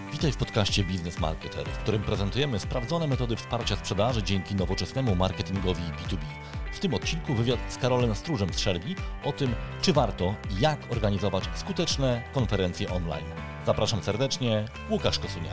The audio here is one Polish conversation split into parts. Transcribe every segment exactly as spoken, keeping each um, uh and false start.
Witaj w podcaście Biznes Marketer, w którym prezentujemy sprawdzone metody wsparcia sprzedaży dzięki nowoczesnemu marketingowi B dwa B. W tym odcinku wywiad z Karolem Stróżem z Shelby o tym, czy warto i jak organizować skuteczne konferencje online. Zapraszam serdecznie, Łukasz Kosuniak.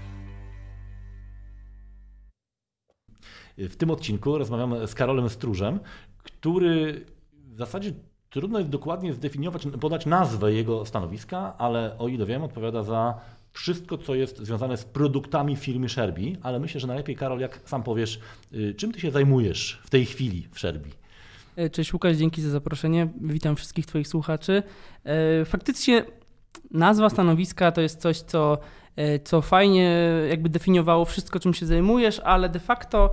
W tym odcinku rozmawiamy z Karolem Stróżem, który w zasadzie trudno jest dokładnie zdefiniować, podać nazwę jego stanowiska, ale o ile wiem, odpowiada za wszystko, co jest związane z produktami firmy Shelby, ale myślę, że najlepiej, Karol, jak sam powiesz, czym ty się zajmujesz w tej chwili w Shelby? Cześć Łukasz, dzięki za zaproszenie. Witam wszystkich Twoich słuchaczy. Faktycznie nazwa stanowiska to jest coś, co, co fajnie jakby definiowało wszystko, czym się zajmujesz, ale de facto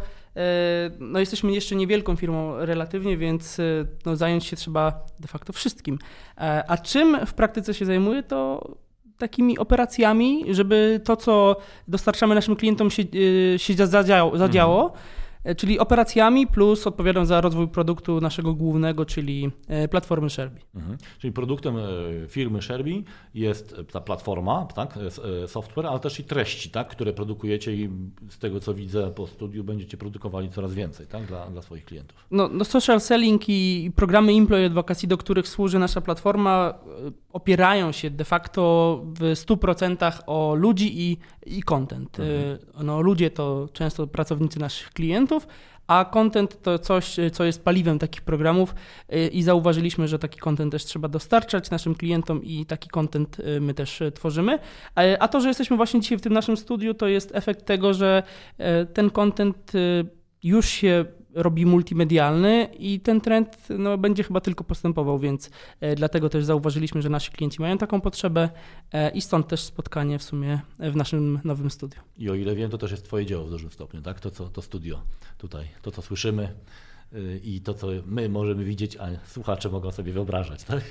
no jesteśmy jeszcze niewielką firmą relatywnie, więc no zająć się trzeba de facto wszystkim. A czym w praktyce się zajmuję, to takimi operacjami, żeby to, co dostarczamy naszym klientom się, się zadziało, zadziało mhm. czyli operacjami plus odpowiadam za rozwój produktu naszego głównego, czyli platformy Shelby. Mhm. Czyli produktem firmy Shelby jest ta platforma, tak, software, ale też i treści, tak, które produkujecie i z tego, co widzę po studiu, będziecie produkowali coraz więcej, tak, dla, dla swoich klientów. No, no social selling i programy Employee Advocacy, do których służy nasza platforma, opierają się de facto w stu procentach o ludzi i, i content. Mhm. No, ludzie to często pracownicy naszych klientów, a content to coś, co jest paliwem takich programów i zauważyliśmy, że taki content też trzeba dostarczać naszym klientom i taki content my też tworzymy. A to, że jesteśmy właśnie dzisiaj w tym naszym studiu, to jest efekt tego, że ten content już się robi multimedialny i ten trend no, będzie chyba tylko postępował, więc e, dlatego też zauważyliśmy, że nasi klienci mają taką potrzebę e, i stąd też spotkanie w sumie w naszym nowym studiu. I o ile wiem, to też jest Twoje dzieło w dużym stopniu, tak? To, co, to studio tutaj, to co słyszymy yy, i to co my możemy widzieć, a słuchacze mogą sobie wyobrażać, tak?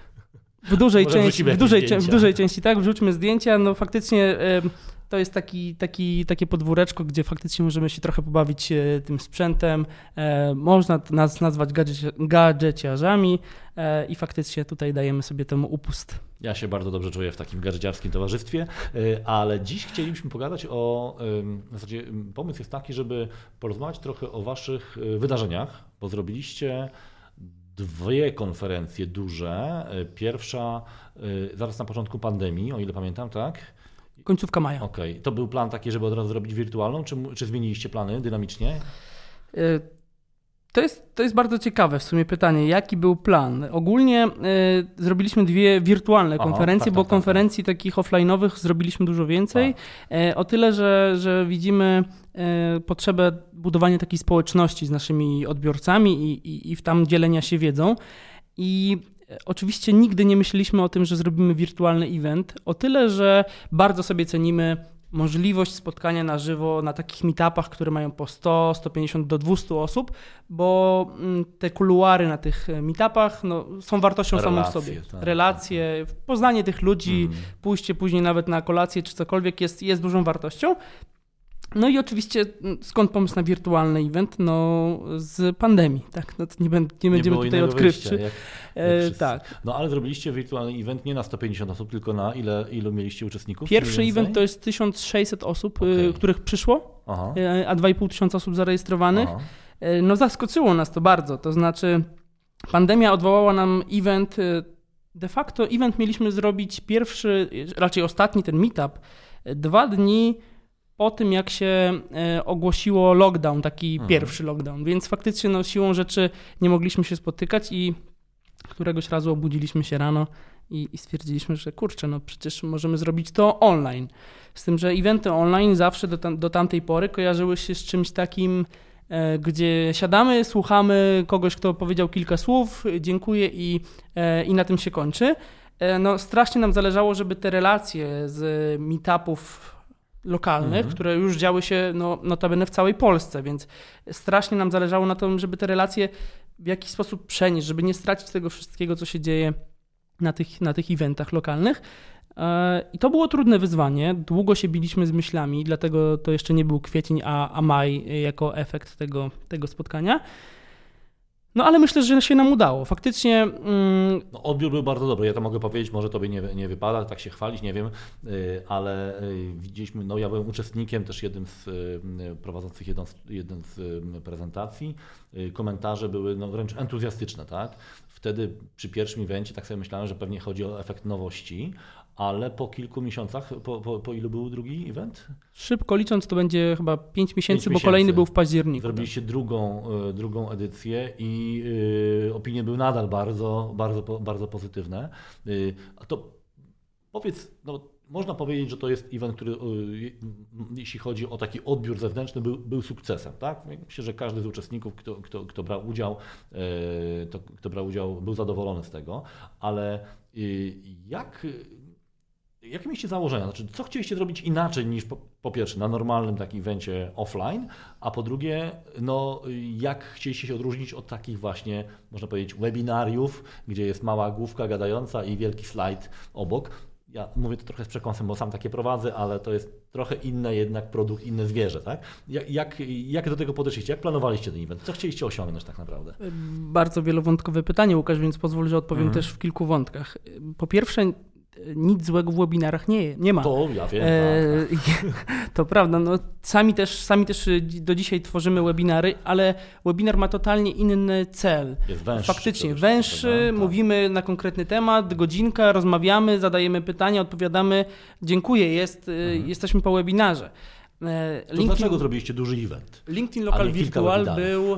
W dużej, części, w, dużej, w dużej części tak, wrzućmy zdjęcia, no faktycznie yy, to jest taki, taki, takie podwóreczko, gdzie faktycznie możemy się trochę pobawić e, tym sprzętem. E, można nas nazwać gadżeci, gadżeciarzami e, i faktycznie tutaj dajemy sobie temu upust. Ja się bardzo dobrze czuję w takim gadżeciarskim towarzystwie, e, ale dziś chcielibyśmy pogadać o, e, w zasadzie pomysł jest taki, żeby porozmawiać trochę o waszych wydarzeniach, bo zrobiliście dwie konferencje duże. Pierwsza e, zaraz na początku pandemii, o ile pamiętam, tak? Końcówka maja. Okej. Okay. To był plan taki, żeby od razu zrobić wirtualną, czy, czy zmieniliście plany dynamicznie? To jest, to jest bardzo ciekawe w sumie pytanie, jaki był plan. Ogólnie y, zrobiliśmy dwie wirtualne Aha, konferencje, tak, bo tak, konferencji tak. takich offline'owych zrobiliśmy dużo więcej. Y, o tyle, że, że widzimy y, potrzebę budowania takiej społeczności z naszymi odbiorcami i, i, i w tam dzielenia się wiedzą. I oczywiście nigdy nie myśleliśmy o tym, że zrobimy wirtualny event, o tyle, że bardzo sobie cenimy możliwość spotkania na żywo na takich meetupach, które mają po sto, sto pięćdziesiąt do dwustu osób, bo te kuluary na tych meetupach no, są wartością Relacje, samą w sobie. Tak. Relacje, poznanie tych ludzi, mm. pójście później nawet na kolację czy cokolwiek jest, jest dużą wartością. No i oczywiście skąd pomysł na wirtualny event? No z pandemii, tak? No to nie, będ, nie będziemy nie tutaj odkrywczy. Jak, jak e, tak. No ale zrobiliście wirtualny event nie na sto pięćdziesiąt osób, tylko na ile ilu mieliście uczestników? Pierwszy event to jest tysiąc sześćset osób, okay. których przyszło, Aha. a dwa i pół tysiąca osób zarejestrowanych. Aha. No zaskoczyło nas to bardzo, to znaczy pandemia odwołała nam event, de facto event mieliśmy zrobić pierwszy, raczej ostatni ten meetup, dwa dni po tym, jak się ogłosiło lockdown, taki mhm. pierwszy lockdown, więc faktycznie no, siłą rzeczy nie mogliśmy się spotykać i któregoś razu obudziliśmy się rano i, i stwierdziliśmy, że kurczę, no przecież możemy zrobić to online. Z tym, że eventy online zawsze do, tam, do tamtej pory kojarzyły się z czymś takim, e, gdzie siadamy, słuchamy kogoś, kto powiedział kilka słów, dziękuję i, e, i na tym się kończy. E, no strasznie nam zależało, żeby te relacje z meetupów lokalnych, mhm. które już działy się no, notabene w całej Polsce, więc strasznie nam zależało na tym, żeby te relacje w jakiś sposób przenieść, żeby nie stracić tego wszystkiego, co się dzieje na tych, na tych eventach lokalnych. I to było trudne wyzwanie, długo się biliśmy z myślami, dlatego to jeszcze nie był kwiecień, a, a maj jako efekt tego, tego spotkania. No ale myślę, że się nam udało. Faktycznie... Mm... No, odbiór był bardzo dobry. Ja to mogę powiedzieć, może tobie nie, nie wypada tak się chwalić, nie wiem, ale widzieliśmy, no ja byłem uczestnikiem, też jednym z prowadzących jedną z, jedną z prezentacji. Komentarze były no, wręcz entuzjastyczne, tak? Wtedy przy pierwszym evencie tak sobie myślałem, że pewnie chodzi o efekt nowości, ale po kilku miesiącach, po, po, po ilu był drugi event? Szybko licząc to będzie chyba pięć miesięcy, bo kolejny był w październiku. Zrobiliście tak. drugą, drugą edycję i y, opinie były nadal bardzo, bardzo, bardzo pozytywne. Y, a to powiedz, no, można powiedzieć, że to jest event, który y, jeśli chodzi o taki odbiór zewnętrzny, był, był sukcesem, tak? Myślę, że każdy z uczestników, kto, kto, kto brał udział, y, to, kto brał udział, był zadowolony z tego, ale y, jak... Jakie mieliście założenia? Znaczy, co chcieliście zrobić inaczej niż po, po pierwsze na normalnym takim evencie offline, a po drugie, no, jak chcieliście się odróżnić od takich właśnie, można powiedzieć, webinariów, gdzie jest mała główka gadająca i wielki slajd obok. Ja mówię to trochę z przekąsem, bo sam takie prowadzę, ale to jest trochę inny jednak produkt, inne zwierzę, tak? Jak, jak, jak do tego podeszliście? Jak planowaliście ten event? Co chcieliście osiągnąć tak naprawdę? Bardzo wielowątkowe pytanie, Łukasz, więc pozwól, że odpowiem mhm. też w kilku wątkach. Po pierwsze, nic złego w webinarach nie, nie ma. To ja wiem. E, to prawda. No, sami, też, sami też do dzisiaj tworzymy webinary, ale webinar ma totalnie inny cel. Jest węższy. Faktycznie węższy, tak. Mówimy na konkretny temat, godzinka, rozmawiamy, zadajemy pytania, odpowiadamy. Dziękuję, jest, mhm. jesteśmy po webinarze. LinkedIn, to dlaczego zrobiliście duży event? LinkedIn Local Virtual był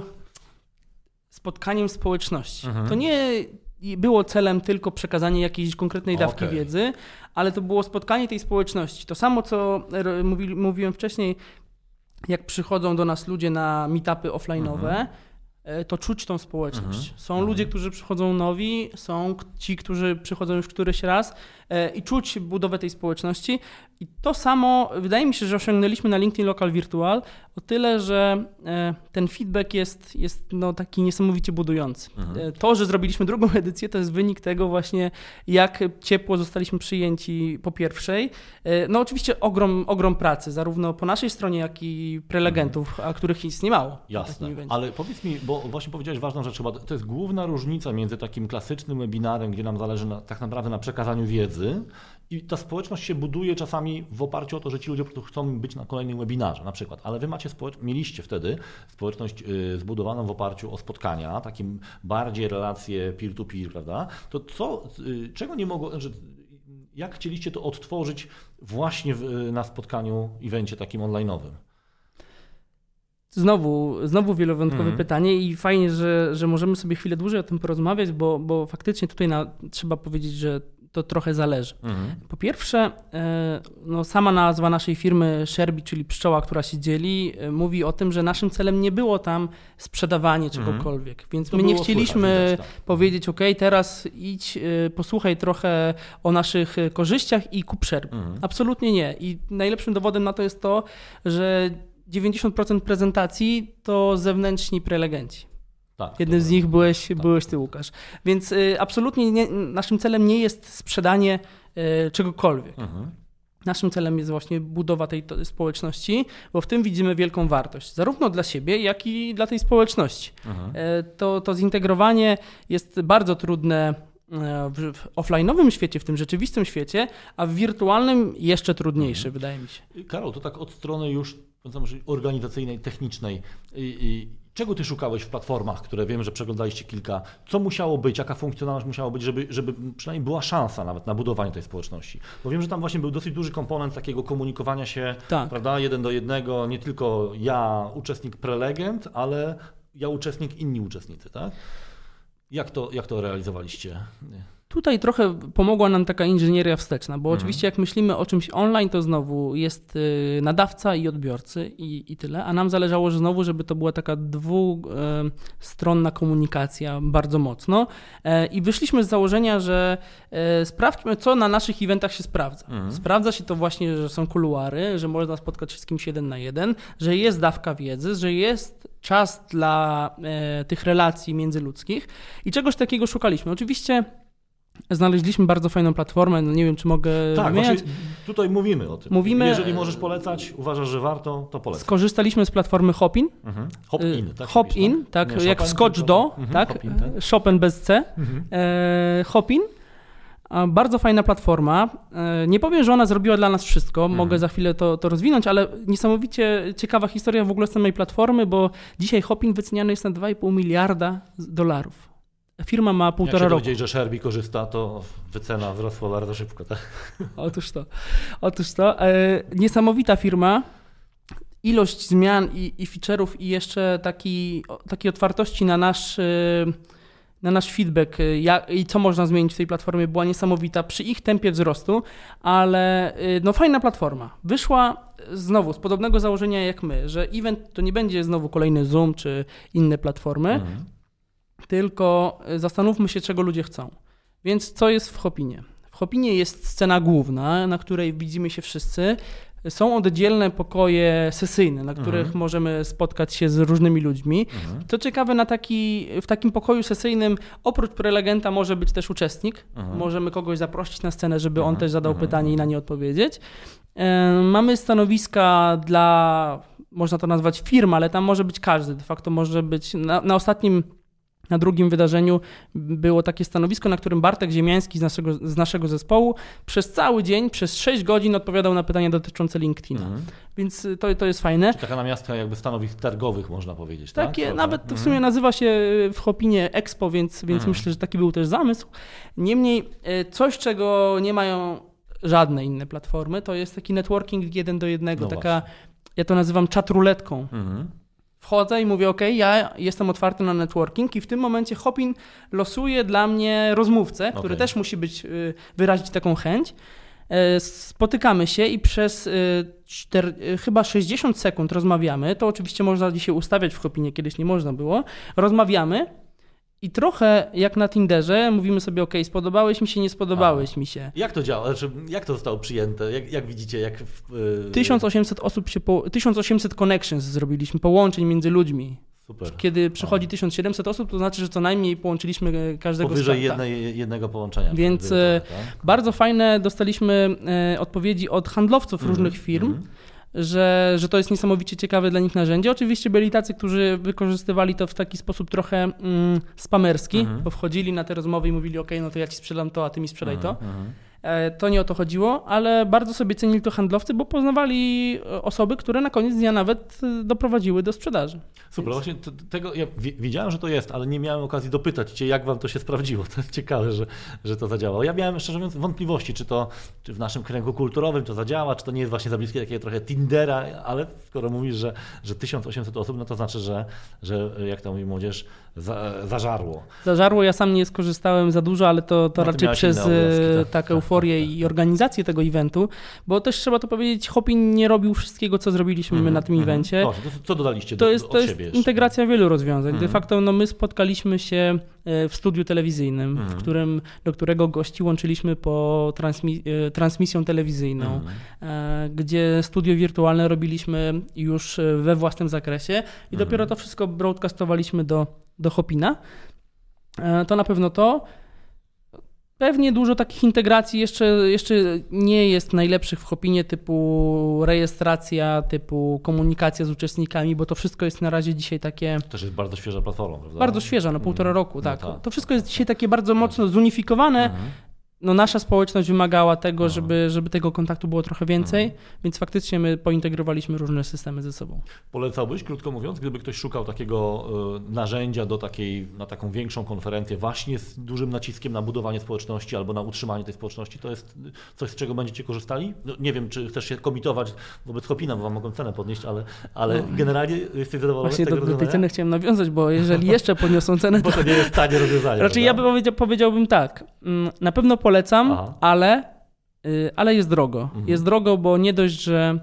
spotkaniem społeczności. Mhm. To nie... I było celem tylko przekazanie jakiejś konkretnej dawki okay. wiedzy, ale to było spotkanie tej społeczności. To samo, co mówi, mówiłem wcześniej, jak przychodzą do nas ludzie na meetupy offline'owe, mm-hmm. to czuć tą społeczność. Mm-hmm. Są mm-hmm. ludzie, którzy przychodzą nowi, są ci, którzy przychodzą już któryś raz i czuć budowę tej społeczności. I to samo, wydaje mi się, że osiągnęliśmy na LinkedIn Local Virtual o tyle, że ten feedback jest, jest no taki niesamowicie budujący. Mhm. To, że zrobiliśmy drugą edycję, to jest wynik tego właśnie, jak ciepło zostaliśmy przyjęci po pierwszej. No oczywiście ogrom, ogrom pracy, zarówno po naszej stronie, jak i prelegentów, mhm. a których jest niemało. Jasne, ale powiedz mi, bo właśnie powiedziałeś ważną rzecz, chyba to jest główna różnica między takim klasycznym webinarem, gdzie nam zależy na, tak naprawdę na przekazaniu wiedzy, i ta społeczność się buduje czasami w oparciu o to, że ci ludzie po prostu chcą być na kolejnym webinarze na przykład, ale wy macie społecz- mieliście wtedy społeczność y, zbudowaną w oparciu o spotkania, takim bardziej relacje peer-to-peer, prawda? To co, y, czego nie mogło, że, jak chcieliście to odtworzyć właśnie w, na spotkaniu, evencie takim online'owym? Znowu, znowu wielowątkowe mm. pytanie i fajnie, że, że możemy sobie chwilę dłużej o tym porozmawiać, bo, bo faktycznie tutaj na, trzeba powiedzieć, że to trochę zależy. Mhm. Po pierwsze, no sama nazwa naszej firmy Sherby, czyli pszczoła, która się dzieli, mówi o tym, że naszym celem nie było tam sprzedawanie czegokolwiek, mhm. więc to my nie chcieliśmy słychać, tak. powiedzieć, ok, teraz idź, posłuchaj trochę o naszych korzyściach i kup Sherby. Mhm. Absolutnie nie. I najlepszym dowodem na to jest to, że dziewięćdziesiąt procent prezentacji to zewnętrzni prelegenci. Tak, Jednym z nich byłeś, tak. byłeś ty, Łukasz. Więc y, absolutnie nie, naszym celem nie jest sprzedanie y, czegokolwiek. Mhm. Naszym celem jest właśnie budowa tej to, społeczności, bo w tym widzimy wielką wartość, zarówno dla siebie, jak i dla tej społeczności. Mhm. Y, to, to zintegrowanie jest bardzo trudne w, w offline'owym świecie, w tym rzeczywistym świecie, a w wirtualnym jeszcze trudniejsze, mhm. wydaje mi się. Karol, to tak od strony już organizacyjnej, technicznej. I, i czego ty szukałeś w platformach, które wiem, że przeglądaliście kilka? Co musiało być, jaka funkcjonalność musiała być, żeby, żeby przynajmniej była szansa nawet na budowanie tej społeczności? Bo wiem, że tam właśnie był dosyć duży komponent takiego komunikowania się, tak. prawda, jeden do jednego, nie tylko ja, uczestnik prelegent, ale ja uczestnik, inni uczestnicy, tak? Jak to, jak to realizowaliście? Tutaj trochę pomogła nam taka inżynieria wsteczna, bo mhm. oczywiście jak myślimy o czymś online, to znowu jest nadawca i odbiorcy i, i tyle, a nam zależało, że znowu, żeby to była taka dwustronna komunikacja bardzo mocno i wyszliśmy z założenia, że sprawdźmy, co na naszych eventach się sprawdza. Mhm. Sprawdza się to właśnie, że są kuluary, że można spotkać się z kimś jeden na jeden, że jest dawka wiedzy, że jest czas dla tych relacji międzyludzkich i czegoś takiego szukaliśmy. Oczywiście znaleźliśmy bardzo fajną platformę, no nie wiem, czy mogę tak, wymieniać. Właśnie Tutaj mówimy o tym. Mówimy, Jeżeli możesz polecać, uważasz, że warto, to polecaj. Skorzystaliśmy z platformy Hopin. Mhm. Hopin, tak? Hopin, tak, nie, jak Chopin, Scotch to... do, mhm. tak? Hopin, tak? Chopin bez C. Mhm. E, Hopin. Bardzo fajna platforma. Nie powiem, że ona zrobiła dla nas wszystko, mhm. mogę za chwilę to, to rozwinąć, ale niesamowicie ciekawa historia w ogóle z samej platformy, bo dzisiaj Hopin wyceniany jest na dwa i pół miliarda dolarów. Firma ma półtora roku. Jak się roku. dowiedzieć, że Sherby korzysta, to wycena wzrosła bardzo szybko, tak? Otóż to. Otóż to. E, niesamowita firma. Ilość zmian i, i feature'ów i jeszcze taki, takiej otwartości na nasz... E, na nasz feedback jak, i co można zmienić w tej platformie była niesamowita przy ich tempie wzrostu, ale no fajna platforma. Wyszła znowu z podobnego założenia jak my, że event to nie będzie znowu kolejny Zoom czy inne platformy, mhm. tylko zastanówmy się, czego ludzie chcą. Więc co jest w Hopinie? W Hopinie jest scena główna, na której widzimy się wszyscy. Są oddzielne pokoje sesyjne, na których mhm. możemy spotkać się z różnymi ludźmi. Mhm. Co ciekawe, na taki, w takim pokoju sesyjnym oprócz prelegenta może być też uczestnik. Mhm. Możemy kogoś zaprosić na scenę, żeby mhm. on też zadał mhm. pytanie i na nie odpowiedzieć. E, mamy stanowiska dla, można to nazwać firm, ale tam może być każdy. De facto może być na, na ostatnim Na drugim wydarzeniu było takie stanowisko, na którym Bartek Ziemiański z naszego, z naszego zespołu przez cały dzień, przez sześć godzin odpowiadał na pytania dotyczące LinkedIna. Mhm. Więc to, to jest fajne. Czyli taka namiastka jakby stanowisk targowych, można powiedzieć, tak? Takie, nawet to w sumie nazywa się w Hopinie Expo, więc, więc mhm. myślę, że taki był też zamysł. Niemniej coś, czego nie mają żadne inne platformy, to jest taki networking jeden do jednego. No taka, właśnie. Ja to nazywam czat ruletką. Mhm. Wchodzę i mówię, ok, ja jestem otwarty na networking i w tym momencie Hopin losuje dla mnie rozmówcę, który okay. też musi być, wyrazić taką chęć. Spotykamy się i przez cztery, chyba sześćdziesiąt sekund rozmawiamy. To oczywiście można dzisiaj ustawiać w Hopinie, kiedyś nie można było. Rozmawiamy i trochę jak na Tinderze mówimy sobie, ok, spodobałeś mi się, nie spodobałeś A. mi się. Jak to działa? Znaczy, jak to zostało przyjęte? Jak, jak widzicie? Jak w, yy... tysiąc osiemset osób się, po, tysiąc osiemset connections zrobiliśmy, połączeń między ludźmi. Super. Kiedy przychodzi A. tysiąc siedemset osób, to znaczy, że co najmniej połączyliśmy każdego Powyżej jednej, jednego połączenia. Więc to, tak? bardzo fajne dostaliśmy odpowiedzi od handlowców mm-hmm. różnych firm, mm-hmm. Że, że to jest niesamowicie ciekawe dla nich narzędzie. Oczywiście byli tacy, którzy wykorzystywali to w taki sposób trochę mm, spamerski, mm-hmm. bo wchodzili na te rozmowy i mówili, ok, no to ja ci sprzedam to, a ty mi sprzedaj mm-hmm. to. To nie o to chodziło, ale bardzo sobie cenili to handlowcy, bo poznawali osoby, które na koniec dnia nawet doprowadziły do sprzedaży. Super, Więc... właśnie tego, ja wiedziałem, że to jest, ale nie miałem okazji dopytać Cię, jak Wam to się sprawdziło. To jest ciekawe, że, że to zadziałało. Ja miałem, szczerze mówiąc, wątpliwości, czy to czy w naszym kręgu kulturowym to zadziała, czy to nie jest właśnie za bliskie takie trochę Tindera, ale skoro mówisz, że, że tysiąc osiemset osób, no to znaczy, że, że jak to mówi młodzież, za, zażarło. Zażarło, ja sam nie skorzystałem za dużo, ale to, to no, raczej przez tak, tak, euforię tak, tak. i organizację tego eventu, bo też trzeba to powiedzieć, Hopin nie robił wszystkiego, co zrobiliśmy mm, my na tym mm, evencie. To, co dodaliście to do, jest, od to jest siebie jeszcze? Integracja wielu rozwiązań. Mm. De facto no, my spotkaliśmy się w studiu telewizyjnym, mm. w którym, do którego gości łączyliśmy po transmi- transmisją telewizyjną, mm. gdzie studio wirtualne robiliśmy już we własnym zakresie i mm. dopiero to wszystko broadcastowaliśmy do, do Hopina. To na pewno to. Pewnie dużo takich integracji jeszcze, jeszcze nie jest najlepszych w Hopinie, typu rejestracja, typu komunikacja z uczestnikami, bo to wszystko jest na razie dzisiaj takie... To też jest bardzo świeża platforma, prawda? Bardzo świeża, no półtora roku, tak. No tak. To wszystko jest dzisiaj takie bardzo mocno zunifikowane. Mhm. No nasza społeczność wymagała tego, żeby, żeby tego kontaktu było trochę więcej, mhm. więc faktycznie my pointegrowaliśmy różne systemy ze sobą. Polecałbyś, krótko mówiąc, gdyby ktoś szukał takiego y, narzędzia do takiej, na taką większą konferencję właśnie z dużym naciskiem na budowanie społeczności albo na utrzymanie tej społeczności, to jest coś, z czego będziecie korzystali? No, nie wiem, czy chcesz się komitować wobec Hopina, bo wam mogą cenę podnieść, ale, ale no. generalnie jesteś zadowolony właśnie z tego do, do tej ceny chciałem nawiązać, bo jeżeli jeszcze podniosą cenę, to... bo to nie jest tanie rozwiązanie. Raczej ja bym powiedział, powiedziałbym tak, na pewno polecam, ale, ale jest drogo. Mhm. Jest drogo, bo nie dość, że,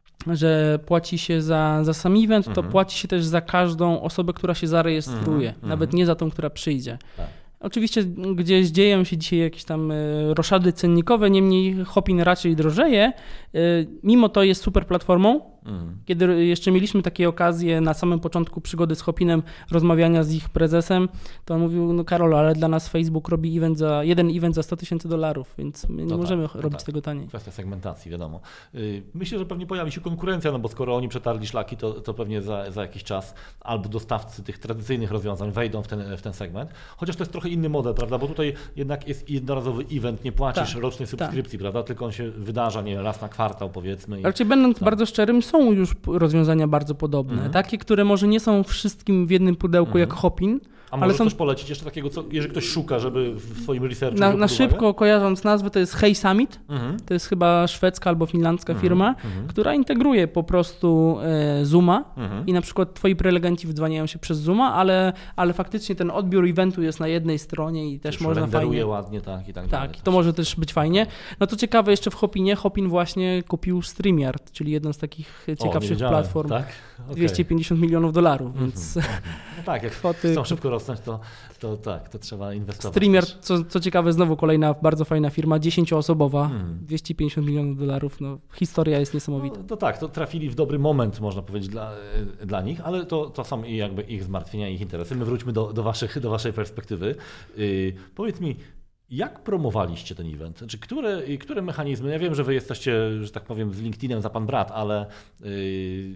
że płaci się za, za sam event, mhm. to płaci się też za każdą osobę, która się zarejestruje, mhm. nawet nie za tą, która przyjdzie. Tak. Oczywiście gdzieś dzieją się dzisiaj jakieś tam roszady cennikowe, niemniej Hopin raczej drożeje. Mimo to jest super platformą, Mm. Kiedy jeszcze mieliśmy takie okazje na samym początku przygody z Hopinem, rozmawiania z ich prezesem, to on mówił, no Karol, ale dla nas Facebook robi event za, jeden event za sto tysięcy dolarów, więc my nie no możemy tak, robić tak. tego taniej. Kwestia segmentacji, wiadomo. Myślę, że pewnie pojawi się konkurencja, no bo skoro oni przetarli szlaki, to, to pewnie za, za jakiś czas albo dostawcy tych tradycyjnych rozwiązań wejdą w ten, w ten segment, chociaż to jest trochę inny model, prawda, bo tutaj jednak jest jednorazowy event, nie płacisz tak, rocznej subskrypcji, tak. prawda, tylko on się wydarza, nie raz na kwartał powiedzmy. I... Raczej będąc tak. bardzo szczerym, są już rozwiązania bardzo podobne, mm-hmm. takie, które może nie są wszystkim w jednym pudełku mm-hmm. jak Hopin. A może coś polecić jeszcze takiego, co, jeżeli ktoś szuka, żeby w swoim researchu... Na, na szybko kojarząc nazwę, to jest Hey Summit, mhm. to jest chyba szwedzka albo finlandzka mhm. firma, mhm. która integruje po prostu e, Zooma mhm. i na przykład twoi prelegenci wydzwaniają się przez Zooma, ale, ale faktycznie ten odbiór eventu jest na jednej stronie i też Już można fajnie... ładnie, tak i tak dalej. Tak, to może też być fajnie. No to ciekawe jeszcze w Hopinie, Hopin właśnie kupił StreamYard, czyli jedną z takich ciekawszych o, platform. Tak? Okay. dwieście pięćdziesiąt milionów dolarów, mhm. więc... Mhm. No tak, jak kwoty... chcą szybko rosnąć, to, to tak, to trzeba inwestować. StreamYard, co, co ciekawe, znowu kolejna bardzo fajna firma, dziesięcioosobowa, hmm. dwieście pięćdziesiąt milionów dolarów, no historia jest niesamowita. No, to tak, to trafili w dobry moment, można powiedzieć, dla, dla nich, ale to, to są jakby ich zmartwienia, ich interesy. My wróćmy do, do, waszych, do waszej perspektywy. Yy, powiedz mi, jak promowaliście ten event? Znaczy, które, które mechanizmy, ja wiem, że wy jesteście, że tak powiem, z LinkedInem za pan brat, ale... Yy,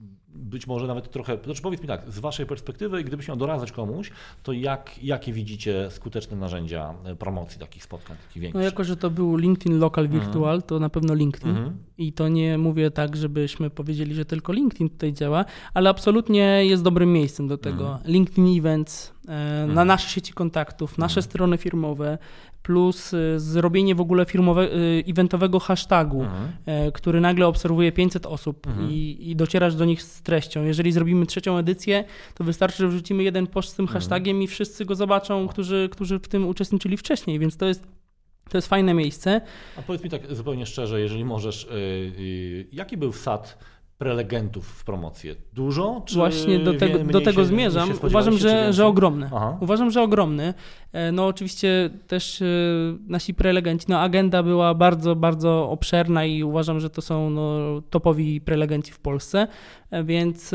być może nawet trochę, znaczy powiedz mi tak, z waszej perspektywy, gdybyś miał doradzać komuś, to jak, jakie widzicie skuteczne narzędzia promocji takich spotkań, takich większych? No jako, że to był LinkedIn Local Virtual, mm-hmm. to na pewno LinkedIn mm-hmm. i to nie mówię tak, żebyśmy powiedzieli, że tylko LinkedIn tutaj działa, ale absolutnie jest dobrym miejscem do tego. Mm-hmm. LinkedIn Events, e, mm-hmm. na nasze sieci kontaktów, nasze mm-hmm. strony firmowe, plus zrobienie w ogóle firmowe, eventowego hashtagu, mhm. który nagle obserwuje pięćset osób mhm. i, i docierasz do nich z treścią. Jeżeli zrobimy trzecią edycję, to wystarczy, że wrzucimy jeden post z tym mhm. hashtagiem i wszyscy go zobaczą, którzy, którzy w tym uczestniczyli wcześniej, więc to jest To jest fajne miejsce. A powiedz mi tak zupełnie szczerze, jeżeli możesz, yy, yy, jaki był wsad prelegentów w promocję? Dużo? Czy Właśnie do tego, do tego się, zmierzam. Uważam, że, że ogromny. Aha. Uważam, że ogromny. No oczywiście też nasi prelegenci, no agenda była bardzo, bardzo obszerna i uważam, że to są no, topowi prelegenci w Polsce, więc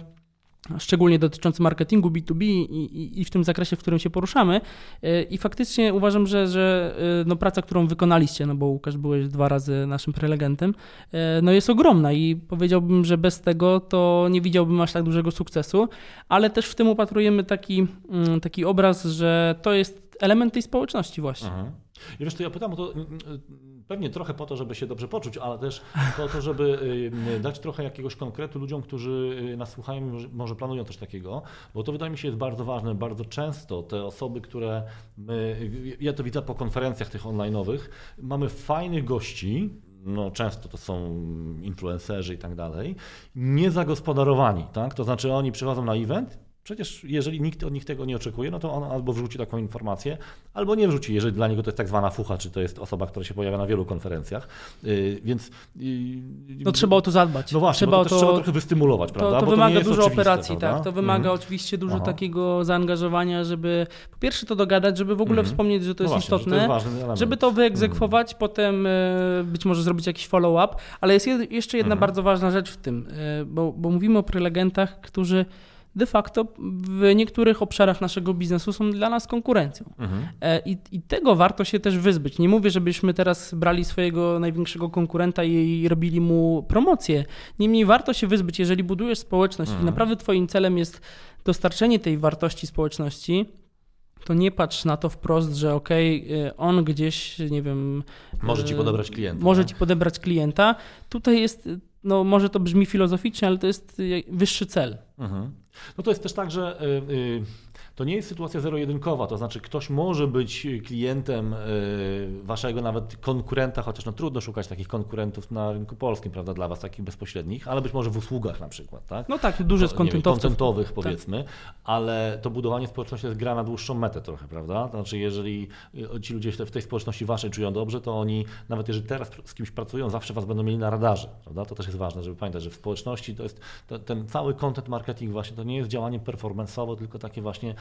szczególnie dotyczący marketingu B dwa B i, i, i w tym zakresie, w którym się poruszamy. I faktycznie uważam, że, że no praca, którą wykonaliście, no bo Łukasz byłeś dwa razy naszym prelegentem, no jest ogromna i powiedziałbym, że bez tego to nie widziałbym aż tak dużego sukcesu, ale też w tym upatrujemy taki, taki obraz, że to jest element tej społeczności właśnie. Aha. I wiesz, to ja pytam o to pewnie trochę po to, żeby się dobrze poczuć, ale też po to, żeby dać trochę jakiegoś konkretu ludziom, którzy nas słuchają, może planują coś takiego, bo to wydaje mi się jest bardzo ważne. Bardzo często te osoby, które my, ja to widzę po konferencjach tych online'owych, mamy fajnych gości, no często to są influencerzy i tak dalej, niezagospodarowani, tak? To znaczy oni przychodzą na event. Przecież jeżeli nikt od nich tego nie oczekuje, no to on albo wrzuci taką informację, albo nie wrzuci, jeżeli dla niego to jest tak zwana fucha, czy to jest osoba, która się pojawia na wielu konferencjach, yy, więc... Yy, no trzeba o to zadbać. No właśnie, trzeba to, to trzeba trochę wystymulować, prawda? To, to bo wymaga to nie dużo jest operacji, prawda? tak? To wymaga mhm. oczywiście dużo Aha. takiego zaangażowania, żeby po pierwsze to dogadać, żeby w ogóle mhm. wspomnieć, że to jest no właśnie, istotne, że to jest żeby to wyegzekwować, mhm. potem być może zrobić jakiś follow-up, ale jest jeszcze jedna mhm. bardzo ważna rzecz w tym, bo, bo mówimy o prelegentach, którzy de facto w niektórych obszarach naszego biznesu są dla nas konkurencją. Mhm. I, I tego warto się też wyzbyć. Nie mówię, żebyśmy teraz brali swojego największego konkurenta i, i robili mu promocję. Niemniej warto się wyzbyć, jeżeli budujesz społeczność mhm. i naprawdę twoim celem jest dostarczenie tej wartości społeczności, to nie patrz na to wprost, że okej, okay, on gdzieś, nie wiem... Może ci podebrać klienta. Może tak? ci podebrać klienta. Tutaj jest, no może to brzmi filozoficznie, ale to jest wyższy cel. Mhm. No to jest też tak, że y, y, to nie jest sytuacja zero-jedynkowa, to znaczy ktoś może być klientem y, waszego nawet konkurenta, chociaż no trudno szukać takich konkurentów na rynku polskim, prawda, dla was takich bezpośrednich, ale być może w usługach na przykład, tak? No tak, duży z kontentowców. kontentowych powiedzmy, tak. Ale to budowanie społeczności jest gra na dłuższą metę trochę, prawda? To znaczy jeżeli ci ludzie w tej społeczności waszej czują dobrze, to oni nawet jeżeli teraz z kimś pracują, zawsze was będą mieli na radarze, prawda? To też jest ważne, żeby pamiętać, że w społeczności to jest to, ten cały content marketing właśnie, to nie jest działanie performance'owe, tylko takie właśnie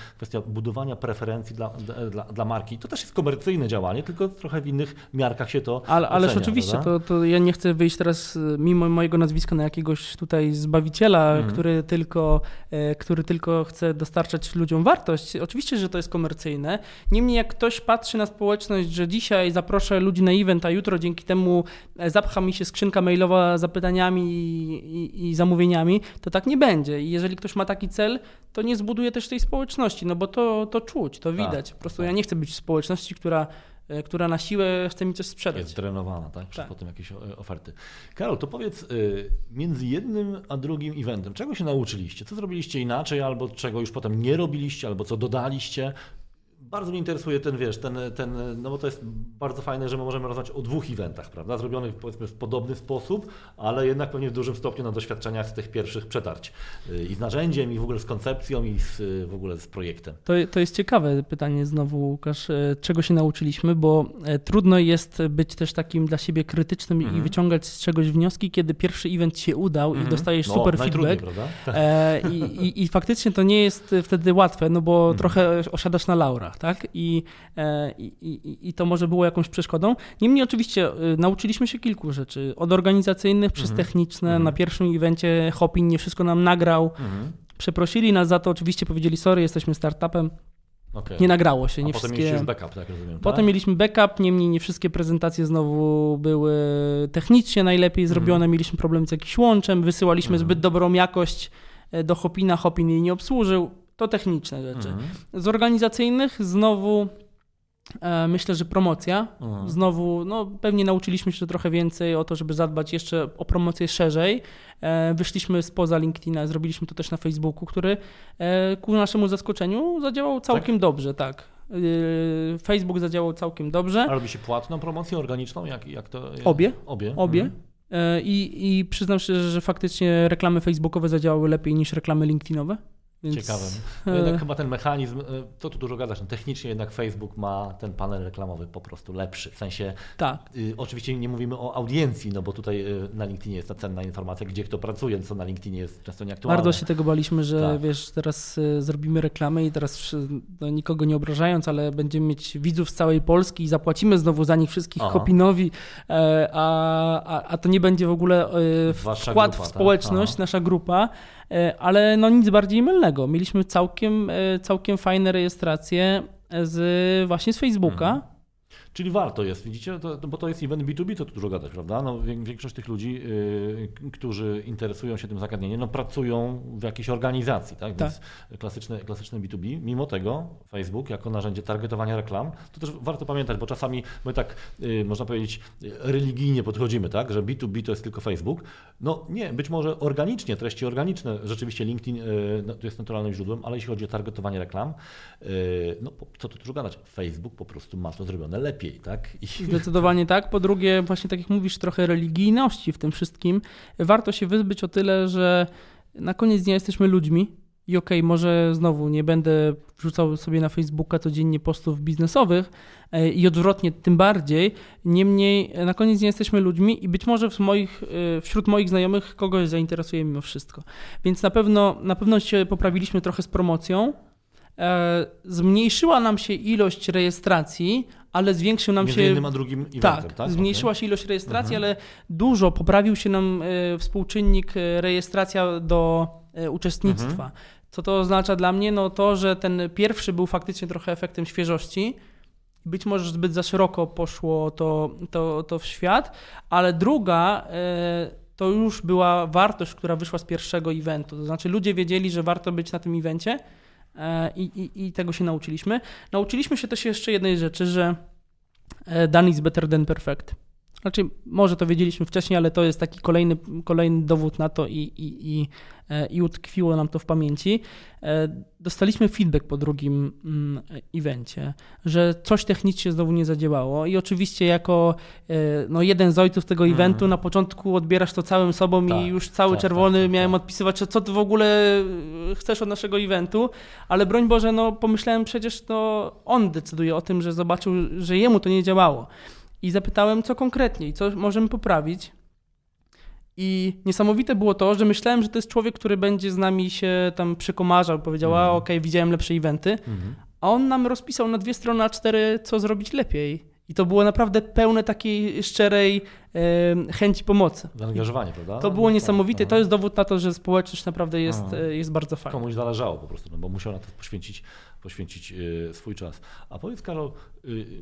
kwestia budowania preferencji dla, dla, dla marki. To też jest komercyjne działanie, tylko trochę w innych miarkach się to Ale, Ależ ocenia, oczywiście, to, to ja nie chcę wyjść teraz mimo mojego nazwiska na jakiegoś tutaj zbawiciela, mm. który, tylko, który tylko chce dostarczać ludziom wartość. Oczywiście, że to jest komercyjne. Niemniej jak ktoś patrzy na społeczność, że dzisiaj zaproszę ludzi na event, a jutro dzięki temu zapcha mi się skrzynka mailowa z zapytaniami i, i, i zamówieniami, to tak nie będzie. I jeżeli ktoś ma taki cel, to nie zbuduje też tej społeczności, no bo to, to czuć, to widać. Po prostu ja nie chcę być w społeczności, która która na siłę chce mi coś sprzedać. Jest drenowana, tak? Przez tak. potem jakieś oferty. Karol, to powiedz, między jednym a drugim eventem, czego się nauczyliście? Co zrobiliście inaczej, albo czego już potem nie robiliście, albo co dodaliście? Bardzo mnie interesuje ten, wiesz, ten, ten, no bo to jest bardzo fajne, że my możemy rozmawiać o dwóch eventach, prawda, zrobionych powiedzmy w podobny sposób, ale jednak pewnie w dużym stopniu na doświadczeniach z tych pierwszych przetarć i z narzędziem, i w ogóle z koncepcją, i z, w ogóle z projektem. To, to jest ciekawe pytanie znowu, Łukasz, czego się nauczyliśmy, bo trudno jest być też takim dla siebie krytycznym mm-hmm. i wyciągać z czegoś wnioski, kiedy pierwszy event się udał mm-hmm. i dostajesz no, super feedback e, i, i, i faktycznie to nie jest wtedy łatwe, no bo mm-hmm. trochę osiadasz na laurach. Tak? I, i, i, I to może było jakąś przeszkodą. Niemniej oczywiście nauczyliśmy się kilku rzeczy. Od organizacyjnych przez mm-hmm. techniczne. Mm-hmm. Na pierwszym evencie Hopin nie wszystko nam nagrał. Mm-hmm. Przeprosili nas za to, oczywiście powiedzieli sorry, jesteśmy startupem. Okay. Nie nagrało się. A nie potem wszystkie... mieliście backup, tak rozumiem. Potem tak? mieliśmy backup, niemniej nie wszystkie prezentacje znowu były technicznie najlepiej zrobione. Mm-hmm. Mieliśmy problem z jakimś łączem, wysyłaliśmy mm-hmm. zbyt dobrą jakość do Hopina, Hopin jej nie obsłużył. To techniczne rzeczy. Mhm. Z organizacyjnych znowu e, myślę, że promocja. Mhm. Znowu no, pewnie nauczyliśmy się trochę więcej o to, żeby zadbać jeszcze o promocję szerzej. E, wyszliśmy spoza LinkedIna, zrobiliśmy to też na Facebooku, który e, ku naszemu zaskoczeniu zadziałał całkiem tak? dobrze. Tak. E, Facebook zadziałał całkiem dobrze. A robi się płatną promocję organiczną? Jak, jak to jest? Obie. Obie. Obie. Mhm. I, I przyznam się, że faktycznie reklamy facebookowe zadziałały lepiej niż reklamy LinkedInowe. Więc... Ciekawe. No jednak chyba ten mechanizm, to tu dużo gadasz, no technicznie jednak Facebook ma ten panel reklamowy po prostu lepszy. W sensie, tak. y, oczywiście nie mówimy o audiencji, no bo tutaj y, na LinkedInie jest ta cenna informacja, gdzie kto pracuje, co na LinkedInie jest często nieaktualne. Bardzo się tego baliśmy, że tak. wiesz, teraz y, zrobimy reklamę i teraz no, nikogo nie obrażając, ale będziemy mieć widzów z całej Polski i zapłacimy znowu za nich wszystkich Aha. Hopinowi, e, a, a, a to nie będzie w ogóle y, wkład grupa, w społeczność, tak? nasza grupa. Ale no nic bardziej mylnego. Mieliśmy całkiem, całkiem fajne rejestracje z, właśnie z Facebooka. Mhm. Czyli warto jest, widzicie, to, bo to jest event B dwa B, to tu dużo gadać, prawda? No, większość tych ludzi, yy, którzy interesują się tym zagadnieniem, no, pracują w jakiejś organizacji, tak? Więc tak. Klasyczne, klasyczne B dwa B. Mimo tego Facebook jako narzędzie targetowania reklam, to też warto pamiętać, bo czasami my tak, yy, można powiedzieć, religijnie podchodzimy, tak? Że B dwa B to jest tylko Facebook. No nie, być może organicznie, treści organiczne, rzeczywiście LinkedIn yy, no, to jest naturalnym źródłem, ale jeśli chodzi o targetowanie reklam, yy, no co tu dużo gadać, Facebook po prostu ma to zrobione lepiej. Tak? I... Zdecydowanie tak. Po drugie, właśnie tak jak mówisz, trochę religijności w tym wszystkim. Warto się wyzbyć o tyle, że na koniec dnia jesteśmy ludźmi i okej, okay, może znowu nie będę wrzucał sobie na Facebooka codziennie postów biznesowych i odwrotnie tym bardziej. Niemniej na koniec dnia jesteśmy ludźmi i być może w moich, wśród moich znajomych kogoś zainteresuje mimo wszystko. Więc na pewno, na pewno się poprawiliśmy trochę z promocją. Zmniejszyła nam się ilość rejestracji, ale zwiększył nam Między się... jednym a drugim eventem, tak? tak? Zmniejszyła okay. się ilość rejestracji, mhm. ale dużo poprawił się nam współczynnik rejestracja do uczestnictwa. Mhm. Co to oznacza dla mnie? No to, że ten pierwszy był faktycznie trochę efektem świeżości. Być może zbyt za szeroko poszło to, to, to w świat, ale druga... to już była wartość, która wyszła z pierwszego eventu. To znaczy ludzie wiedzieli, że warto być na tym evencie, I, i, i tego się nauczyliśmy. Nauczyliśmy się też jeszcze jednej rzeczy, że done is better than perfect. Znaczy, może to wiedzieliśmy wcześniej, ale to jest taki kolejny, kolejny dowód na to i, i, i, i utkwiło nam to w pamięci. Dostaliśmy feedback po drugim evencie, że coś technicznie znowu nie zadziałało i oczywiście jako no, jeden z ojców tego eventu mm. na początku odbierasz to całym sobą tak, i już cały tak, czerwony tak, miałem tak. odpisywać, co ty w ogóle chcesz od naszego eventu, ale broń Boże, no pomyślałem przecież to on decyduje o tym, że zobaczył, że jemu to nie działało. I zapytałem, co konkretnie i co możemy poprawić. I niesamowite było to, że myślałem, że to jest człowiek, który będzie z nami się tam przekomarzał, powiedział, mm. a okej, okay, widziałem lepsze eventy, mm. a on nam rozpisał na dwie strony A cztery, co zrobić lepiej. I to było naprawdę pełne takiej szczerej e, chęci pomocy. Zaangażowanie, prawda? To było niesamowite. To jest dowód na to, że społeczność naprawdę jest, jest bardzo fajna. Komuś zależało po prostu, no bo musiał na to poświęcić, poświęcić e, swój czas. A powiedz, Karol, y, y,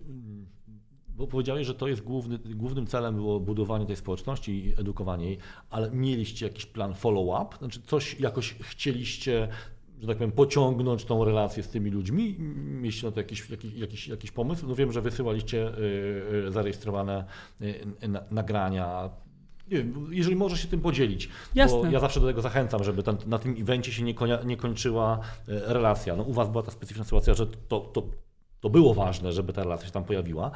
bo powiedziałeś, że to jest główny, głównym celem było budowanie tej społeczności i edukowanie jej, ale mieliście jakiś plan follow-up? Znaczy coś jakoś chcieliście, że tak powiem, pociągnąć tą relację z tymi ludźmi? Mieliście na to jakiś, jakiś, jakiś, jakiś pomysł? No wiem, że wysyłaliście zarejestrowane nagrania. Nie wiem, jeżeli możesz się tym podzielić, Jasne. Bo ja zawsze do tego zachęcam, żeby ten, na tym evencie się nie, konia, nie kończyła relacja. No, u was była ta specyficzna sytuacja, że to, to, to było ważne, żeby ta relacja się tam pojawiła.